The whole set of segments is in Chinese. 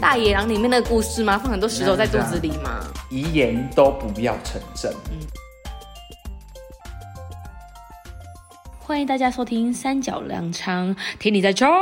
大野狼里面的故事吗？放很多石头在肚子里吗？ 遗言都不要成真。 欢迎大家收听三角粮仓，听你在冲。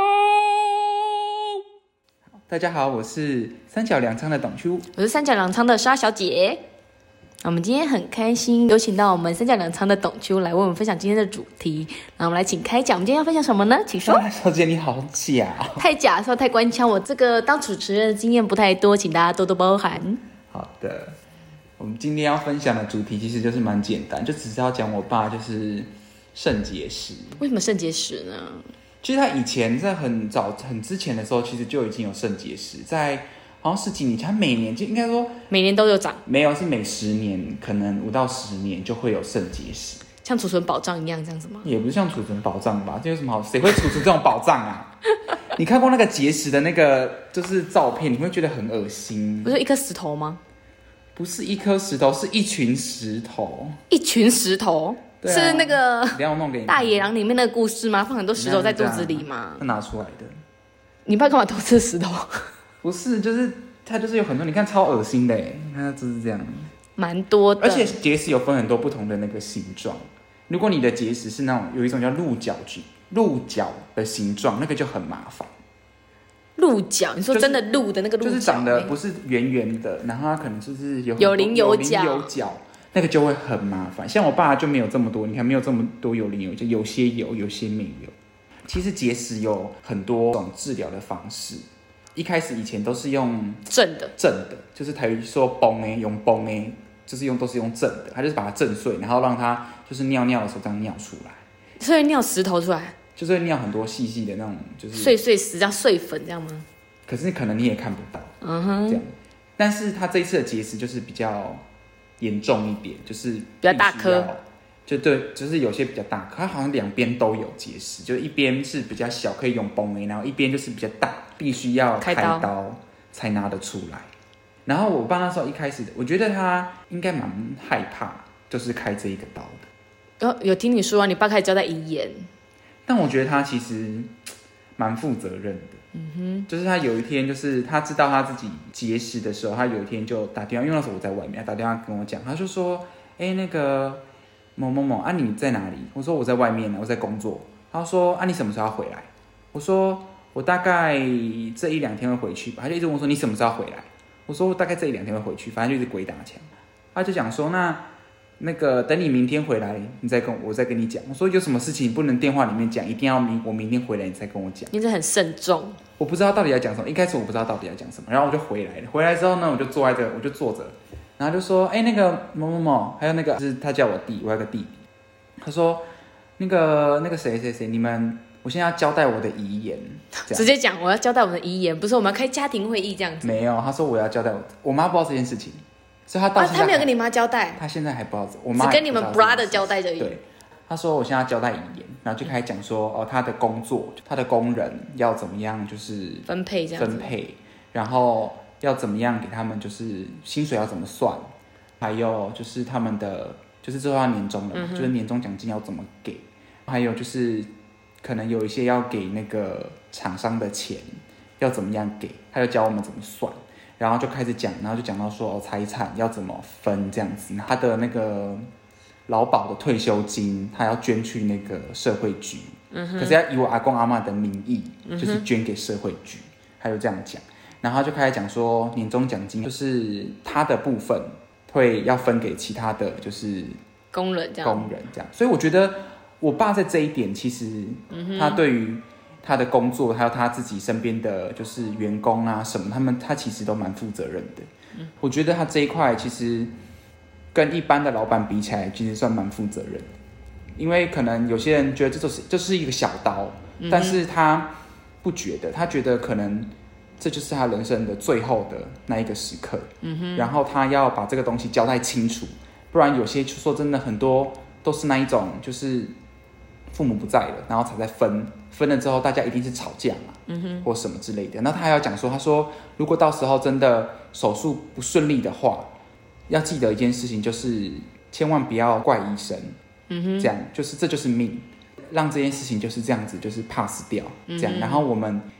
大家好，我是三角粮仓的董秋， 我是三角粮仓的沙小姐。我们今天很开心，有请到我们三角粮仓的董秋来为我们分享今天的主题。那我们来请开讲，我们今天要分享什么呢？请说。 小姐你好假太假，说太官腔，我这个当主持人的经验不太多，请大家多多包涵。 好的，我们今天要分享的主题其实就是蛮简单，就只是要讲我爸就是肾结石。 为什么肾结石呢？ 其实他以前在很早很之前的时候，其实就已经有肾结石，在好像10几年，他每年就应该说每年都有长， 没有，是每10年，可能5到10年就会有肾结石， 像储存宝藏一样这样子吗？ 也不是像储存宝藏吧，这有什么好？谁会储存这种宝藏啊？你看过那个结石的那个就是照片，你会觉得很恶心。 不是一颗石头吗？ 不是一颗石头，是一群石头。 一群石头。 对啊， 是那个大野狼里面的故事吗？放很多石头在肚子里吗？ 他拿出来的。 你爸干嘛偷吃石头？ 不是，就是它就是有很多，你看超恶心的耶，你看它就是这样， 蛮多的。 而且结石有分很多不同的那个形状。如果你的结石是那种有一种叫鹿角的形状，那个就很麻烦。 鹿角，你说真的鹿的那个鹿角， 就是长得不是圆圆的，然后它可能就是有棱有角， 那个就会很麻烦。像我爸就没有这么多，你看没有这么多有棱有角，有些有，有些没有。其实结石有很多种治疗的方式。一开始以前都是用正的， 就是台语说崩用崩就是都是用正的，他就是把它震碎，然后让它就是尿尿的时候这样尿出来， 所以尿石头出来， 就是会尿很多细细的那种，就是碎石这样碎粉这样吗？ 可是可能你也看不到，这样。但是他这一次的结石就是比较严重一点，就是比较大颗， 就对，就是有些比较大颗，它好像两边都有结石，就一边是比较小可以用崩然后一边就是比较大，必须要开刀才拿得出来。然后我爸那时候一开始，我觉得他应该蛮害怕，就是开这一个刀的。 有听你说啊，你爸开始交代遗言， 但我觉得他其实蛮负责任的。就是他有一天，就是他知道他自己结石的时候，他有一天就打电话，因为那时候我在外面，他打电话跟我讲，他就说：“那个某某某啊，你在哪里？”我说：“我在外面呢，我在工作。”他说：“啊，你什么时候要回来？”我说：“我大概这1-2天会回去吧。”他就一直问我说：“你什么时候要回来？”我说：“我大概这1-2天会回去。”反正就一直鬼打墙。他就讲说：“那个等你明天回来，我再跟你讲。”我说：“有什么事情不能电话里面讲，一定要我明天回来你才跟我讲。” 你这很慎重。 我不知道到底要讲什么，一开始我不知道到底要讲什么，然后我就回来了。回来之后呢，我就坐在这，我就坐着，然后就说：“那个某某某，还有那个就是他叫我弟，我有个弟弟。”他说：“那个谁，我现在要交代我的遗言。” 直接讲我要交代我们的遗言，不是我们要开家庭会议这样子。 没有，他说我要交代我妈不知道这件事情，所以他到现在他没有跟你妈交代， 他现在还不知道，我妈只跟你们 brother 交代而已。 对，他说我现在要交代遗言，然后就开始讲说他的工作，他的工人要怎么样，就是分配这样子， 然后要怎么样给他们，就是薪水要怎么算，还有就是他们的就是最后要年终了嘛，就是年终奖金要怎么给，还有就是可能有一些要给那个厂商的钱要怎么样给，他就教我们怎么算，然后就开始讲，然后就讲到说财产要怎么分这样子，他的那个劳保的退休金他要捐去那个社会局，可是要以我阿公阿嬷的名义，就是捐给社会局，他就这样讲，然后他就开始讲说年终奖金就是他的部分会要分给其他的就是工人这样， 所以我觉得我爸在这一点其实他对于他的工作还有他自己身边的就是员工啊什么，他其实都蛮负责任的。我觉得他这一块其实跟一般的老板比起来，其实算蛮负责任的。因为可能有些人觉得这是一个小刀，但是他不觉得，他觉得可能这就是他人生的最后的那一个时刻。然后他要把这个东西交代清楚，不然有些说真的很多都是那一种就是父母不在了，然后才在分了之后，大家一定是吵架嘛，或什么之类的。然后他还要讲说，他说如果到时候真的手术不顺利的话，要记得一件事情，就是千万不要怪医生，这样这就是命，让这件事情就是这样子，就是 pass 掉，这样。然后我们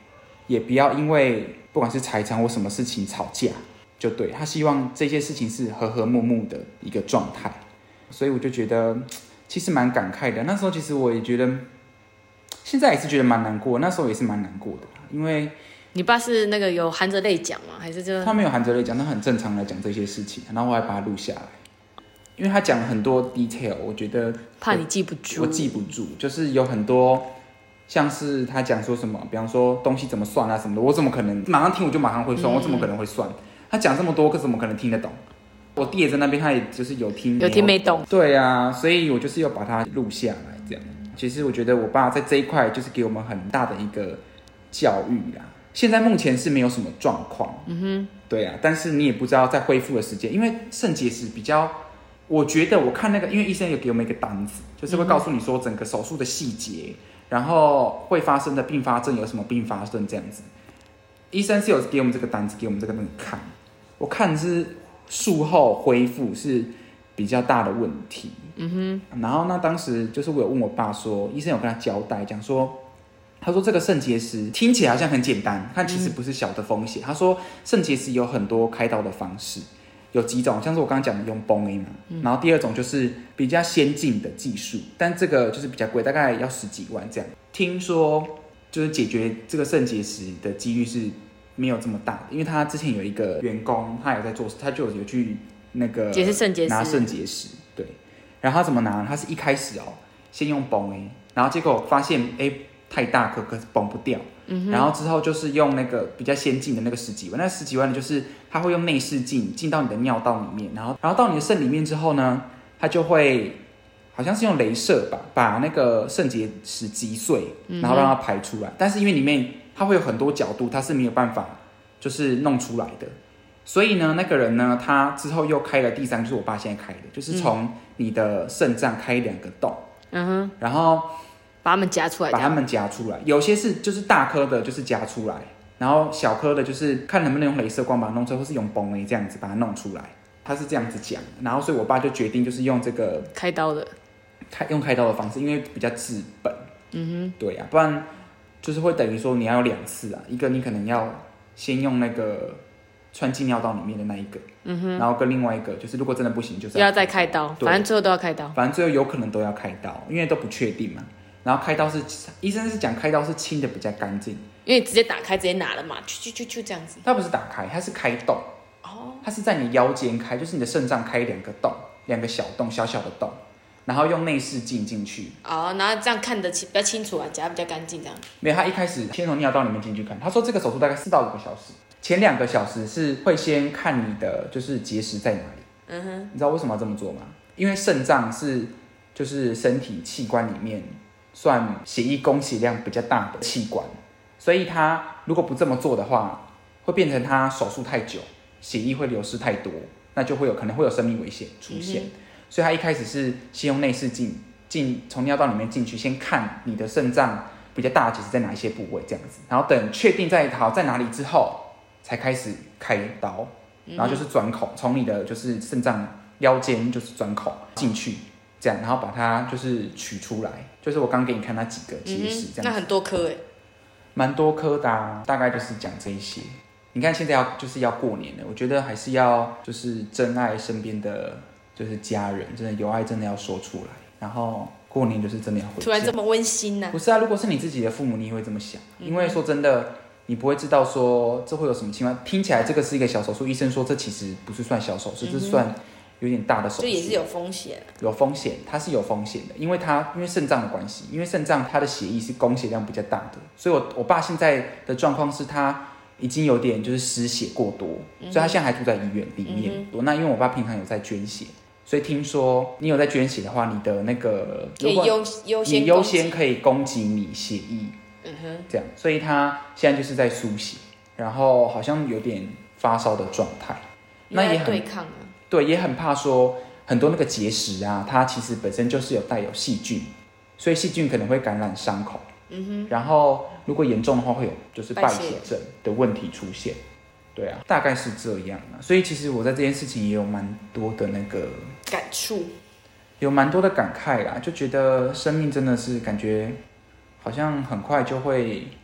也不要因为不管是财产或什么事情吵架，就对，他希望这些事情是和和睦睦的一个状态。所以我就觉得其实蛮感慨的。那时候其实我也觉得，现在也是觉得蛮难过，那时候也是蛮难过的，因为你爸是那个有含着泪讲吗？还是就他没有含着泪讲，他很正常的讲这些事情，然后我还把它录下来，因为他讲了很多 detail， 我觉得怕你记不住， 我记不住，就是有很多像是他讲说什么，比方说东西怎么算啊什么的，我怎么可能马上听我就马上会算，我怎么可能会算？他讲这么多，可怎么可能听得懂？我弟也在那边，他也就是有听没懂。 对啊，所以我就是要把它录下来，这样。其实我觉得我爸在这一块就是给我们很大的一个教育啦。现在目前是没有什么状况，对啊，但是你也不知道在恢复的时间，因为肾结石比较，我觉得我看那个，因为医生有给我们一个单子，就是会告诉你说整个手术的细节，然后会发生的并发症有什么并发症这样子。医生是有给我们这个单子，给我们这个东西看，我看是术后恢复是比较大的问题。然后那当时就是我有问我爸说，医生有跟他交代讲说，他说这个肾结石听起来好像很简单，但其实不是小的风险。他说肾结石有很多开刀的方式，有几种，像是我刚刚讲的用泵 A 嘛，然后第二种就是比较先进的技术，但这个就是比较贵，大概要10几万这样。听说就是解决这个肾结石的几率是没有这么大的，因为他之前有一个员工，他有在做，他就有去那个拿肾结石，对。然后他怎么拿？他是一开始先用泵 A， 然后结果发现太大颗，可是泵不掉。然后之后就是用那个比较先进的那个10几万，那10几万的就是他会用内视镜进到你的尿道里面，然后到你的肾里面之后呢，他就会好像是用雷射吧，把那个肾结石击碎，然后让它排出来。但是因为里面它会有很多角度，它是没有办法就是弄出来的。所以呢，那个人呢，他之后又开了第三，就是我爸现在开的，就是从你的肾脏开2个洞，然后把它们夹出来， 有些是就是大颗的，就是夹出来，然后小颗的，就是看能不能用雷射光把它弄出来，或是用泵 A 这样子把它弄出来。他是这样子讲，然后所以我爸就决定就是用这个用开刀的方式，因为比较治本。对啊，不然就是会等于说你要有2次啊，一个你可能要先用那个穿进尿道里面的那一个，然后跟另外一个就是如果真的不行，就是要再开刀，反正最后都要开刀， 反正最后有可能都要开刀，因为都不确定嘛。然后开刀是医生是讲开刀是清的比较干净， 因为直接打开直接拿了嘛，就这样子。 它不是打开，它是开洞，它是在你腰间开，就是你的肾脏开2个洞，2个小洞，小小的洞，然后用内视镜进去。 然后这样看得比较清楚啊，夹比较干净这样。 没有，他一开始先从尿道里面进去看，他说这个手术大概4到5个小时，前2个小时是会先看你的就是结石在哪里。你知道为什么要这么做吗？因为肾脏是就是身体器官里面算血液供血量比较大的器官，所以他如果不这么做的话，会变成他手术太久，血液会流失太多，那就可能会有生命危险出现。所以他一开始是先用内视镜从尿道里面进去，先看你的肾脏比较大的结石在哪一些部位这样子，然后等确定在哪里之后，才开始开刀，然后就是转孔，从你的就是肾脏腰间就是转孔进去，这样，然后把它就是取出来，就是我刚给你看那几个结石这样子。 那很多颗蛮多颗的啊，大概就是讲这一些。你看现在要过年了，我觉得还是要就是珍爱身边的就是家人，真的有爱真的要说出来，然后过年就是真的要回家。 突然这么温馨啊？ 不是啊，如果是你自己的父母，你也会这么想，因为说真的，你不会知道说这会有什么情况。听起来这个是一个小手术，医生说这其实不是算小手术，这是算有点大的手术， 就也是有风险。 有风险，它是有风险的，因为肾脏的关系，因为肾脏它的血液是供血量比较大的，所以我爸现在的状况是他已经有点就是失血过多，所以他现在还住在医院里面。那因为我爸平常有在捐血，所以听说你有在捐血的话，你的那个可以优先可以供给你血液，这样，所以他现在就是在输血，然后好像有点发烧的状态，那也很对抗啊。 对，也很怕说很多那个结石啊，它其实本身就是带有细菌，所以细菌可能会感染伤口。然后如果严重的话，会有就是败血症的问题出现。对啊，大概是这样啊。所以其实我在这件事情也有蛮多的那个感触， 有蛮多的感慨啦，就觉得生命真的是感觉好像很快就会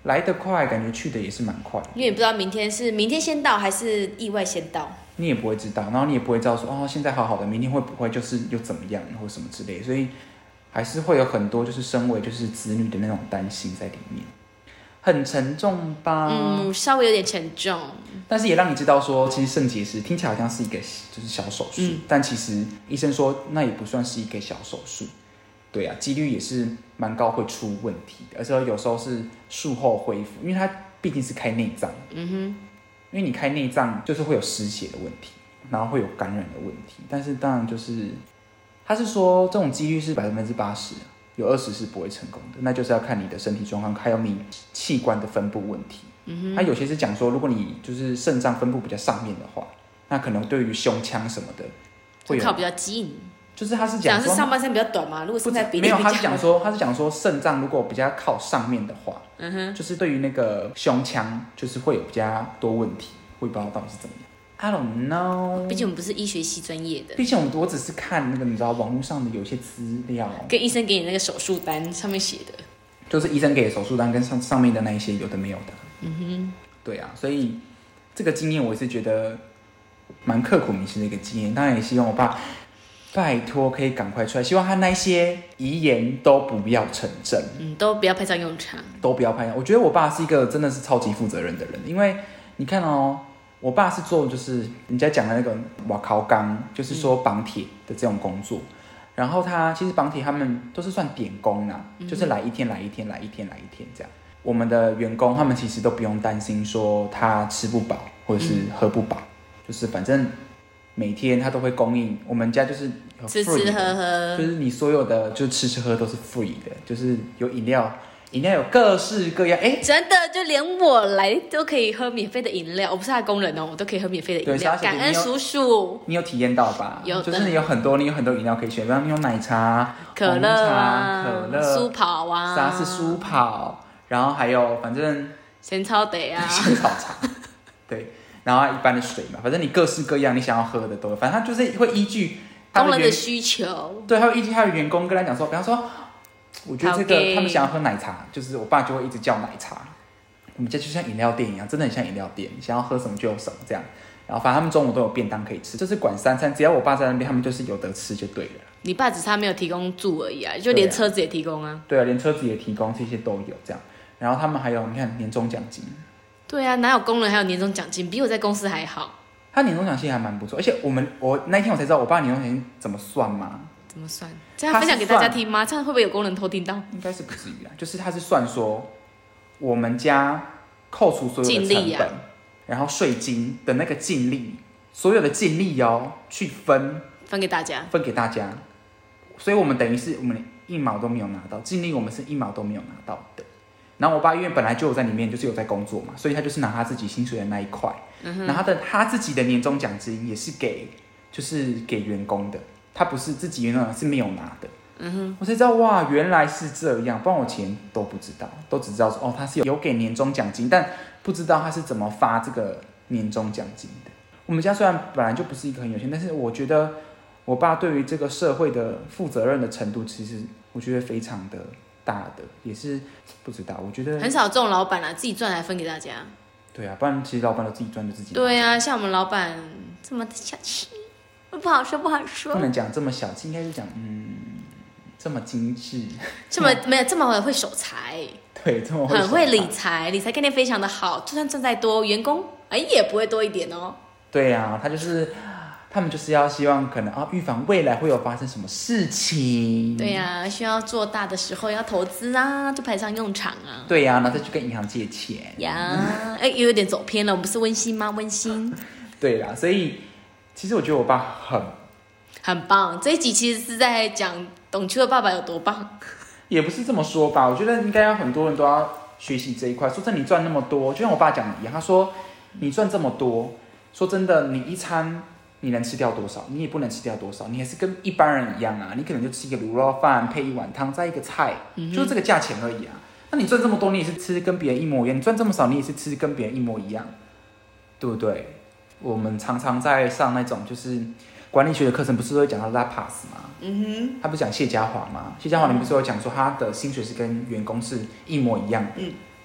来得快，感觉去的也是蛮快的， 因为你不知道明天先到还是意外先到， 你也不会知道，然后你也不会知道说哦，现在好好的，明天会不会就是又怎么样或什么之类，所以还是会有很多就是身为就是子女的那种担心在里面，很沉重吧？ 稍微有点沉重， 但是也让你知道说，其实肾结石听起来好像是一个就是小手术，但其实医生说那也不算是一个小手术。对啊，几率也是蛮高会出问题的，而且有时候是术后恢复，因为它毕竟是开内脏，因为你开内脏就是会有失血的问题，然后会有感染的问题，但是当然就是他是说这种几率是80%，有20%是不会成功的，那就是要看你的身体状况，还有你器官的分布问题。他有些是讲说，如果你就是肾脏分布比较上面的话，那可能对于胸腔什么的会有靠比较近。 就是他是讲说是上半身比较短嘛，如果身材比例没有， 比较他是讲说肾脏如果比较靠上面的话，就是对于那个胸腔就是会有比较多问题，我也不知道到底是怎么样。I don't know。 毕竟我们不是医学系专业的。 毕竟我只是看那个你知道网络上的有些资料， 跟医生给你那个手术单上面写的， 就是医生给的手术单跟上面的那一些有的没有的。对啊，所以这个经验我是觉得蛮刻骨铭心的一个经验。当然也希望我爸拜托可以赶快出来，希望他那些遗言都不要成真， 都不要派上用场， 都不要派上。我觉得我爸是一个真的是超级负责任的人，因为你看哦，我爸是做就是人家讲的那个瓦考钢，就是说绑铁的这种工作。然后他其实绑铁他们都是算点工啊，就是来一天来一天来一天来一天这样。我们的员工他们其实都不用担心说他吃不饱或者是喝不饱，就是反正每天他都会供应，我们家就是有 free 吃吃喝喝， 就是你所有的就是吃吃喝都是 free 的，就是有饮料有各式各样， 真的就连我来都可以喝免费的饮料，我不是他的工人哦，我都可以喝免费的饮料，感恩叔叔。 你有体验到吧？ 有的， 就是你有很多饮料可以选，比方你有奶茶、 可乐啊、 可乐、 舒跑啊， 沙士舒跑，然后还有反正仙草茶啊， 仙草茶，对。然后一般的水嘛，反正你各式各样你想要喝的都有，反正他就是会依据工人的需求， 对，他会依据他的员工跟他讲说，比方说，我觉得这个他们想要喝奶茶，就是我爸就会一直叫奶茶。我们家就像饮料店一样，真的很像饮料店，你想要喝什么就有什么这样。然后反正他们中午都有便当可以吃，就是管3餐，只要我爸在那边，他们就是有得吃就对了。 你爸只差没有提供住而已啊，就连车子也提供啊。 对啊，连车子也提供，这些都有这样。然后他们还有你看年终奖金。对啊，哪有工人还有年终奖金？比我在公司还好。 他年终奖金还蛮不错，而且我那天我才知道我爸年终奖金怎么算吗？ 怎么算？这样分享给大家听吗？这样会不会有工人偷听到？ 应该是不至于啊，就是他是算说我们家扣除所有的成本，然后税金的那个净利，所有的净利去分给大家， 所以我们等于是我们1毛都没有拿到，净利我们是1毛都没有拿到的。然后我爸因为本来就有在里面，就是有在工作嘛，所以他就是拿他自己薪水的那一块，然后他自己的年终奖金也是就是给员工的，他不是自己员工奖是没有拿的。我才知道哇，原来是这样，不然我前都不知道，都只知道说他是有给年终奖金，但不知道他是怎么发这个年终奖金的。我们家虽然本来就不是一个很有钱，但是我觉得我爸对于这个社会的负责任的程度，其实我觉得非常的大的，也是不知道，我觉得很少这种老板自己赚来分给大家。对啊，不然其实老板都自己赚就自己拿。 对啊，像我们老板这么小气，不好说， 不能讲这么小气，应该是讲这么精致， 没有这么会守财， 对，这么会很会理财概念非常的好，就算赚再多，员工也不会多一点哦。 对啊，他们就是要希望可能预防未来会有发生什么事情。 对啊，需要做大的时候要投资啊，就派上用场啊。 对啊，然后再去跟银行借钱呀。又有点走偏了，我们不是温馨吗？温馨。 对啦，所以其实我觉得我爸很棒。这一集其实是在讲董秋的爸爸有多棒。 也不是这么说吧，我觉得应该要很多人都要学习这一块。说真的，你赚那么多，就像我爸讲的一样，他说你赚这么多，说真的，你一餐你能吃掉多少？你也不能吃掉多少，你还是跟一般人一样啊。你可能就吃一个卤肉饭配一碗汤，再一个菜，就是这个价钱而已啊。那你赚这么多，你也是吃跟别人一模一样；你赚这么少，你也是吃跟别人一模一样，对不对？我们常常在上那种就是管理学的课程，不是都会讲到 LAPAS 吗？他不是讲谢家华吗？谢家华你不是有讲说他的薪水是跟员工是一模一样的？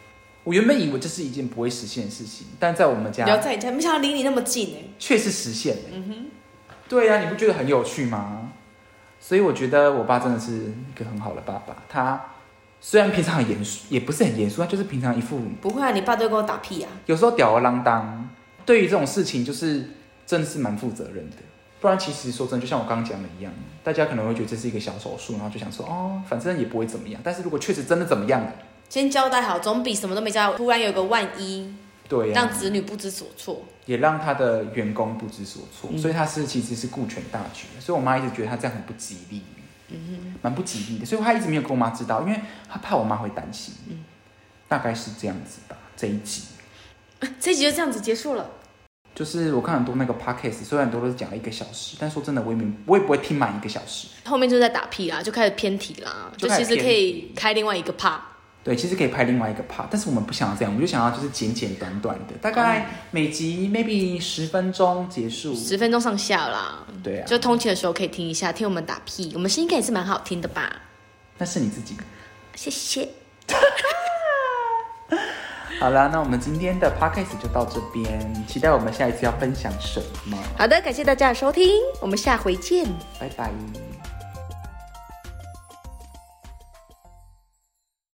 我原本以为这是一件不会实现的事情，但在我们家， 不要在你家，没想到离你那么近却是实现对啊，你不觉得很有趣吗？所以我觉得我爸真的是一个很好的爸爸。他虽然平常很严肃，也不是很严肃，他就是平常一副不会啊，你爸都跟我打屁啊。 有时候吊儿郎当。对于这种事情，就是真的是蛮负责任的。不然其实说真的，就像我刚刚讲的一样，大家可能会觉得这是一个小手术，然后就想说哦，反正也不会怎么样。但是如果确实真的怎么样了， 先交代好，总比什么都没交代，突然有个万一， 对啊， 让子女不知所措， 也让他的员工不知所措。所以他其实是顾全大局。所以我妈一直觉得他这样很不吉利，蛮不吉利的。所以他一直没有跟我妈知道，因为他怕我妈会担心。大概是这样子吧。这一集就这样子结束了。 就是我看很多那个 podcast， 虽然很多都是讲了1个小时，但说真的，我也不会听满1个小时。 后面就在打屁啦，就开始偏题啦，就其实可以开另外一个 part。 对，其实可以拍另外一个 part， 但是我们不想要这样，我们就想要就是简简短短的，大概每集 maybe 10分钟结束 ，10分钟上下啦。 对啊， 就通勤的时候可以听一下，听我们打屁，我们声音应该也是蛮好听的吧？ 那是你自己， 谢谢。 好啦，那我们今天的 podcast 就到这边，期待我们下一次要分享什么。 好的，感谢大家的收听，我们下回见， 拜拜。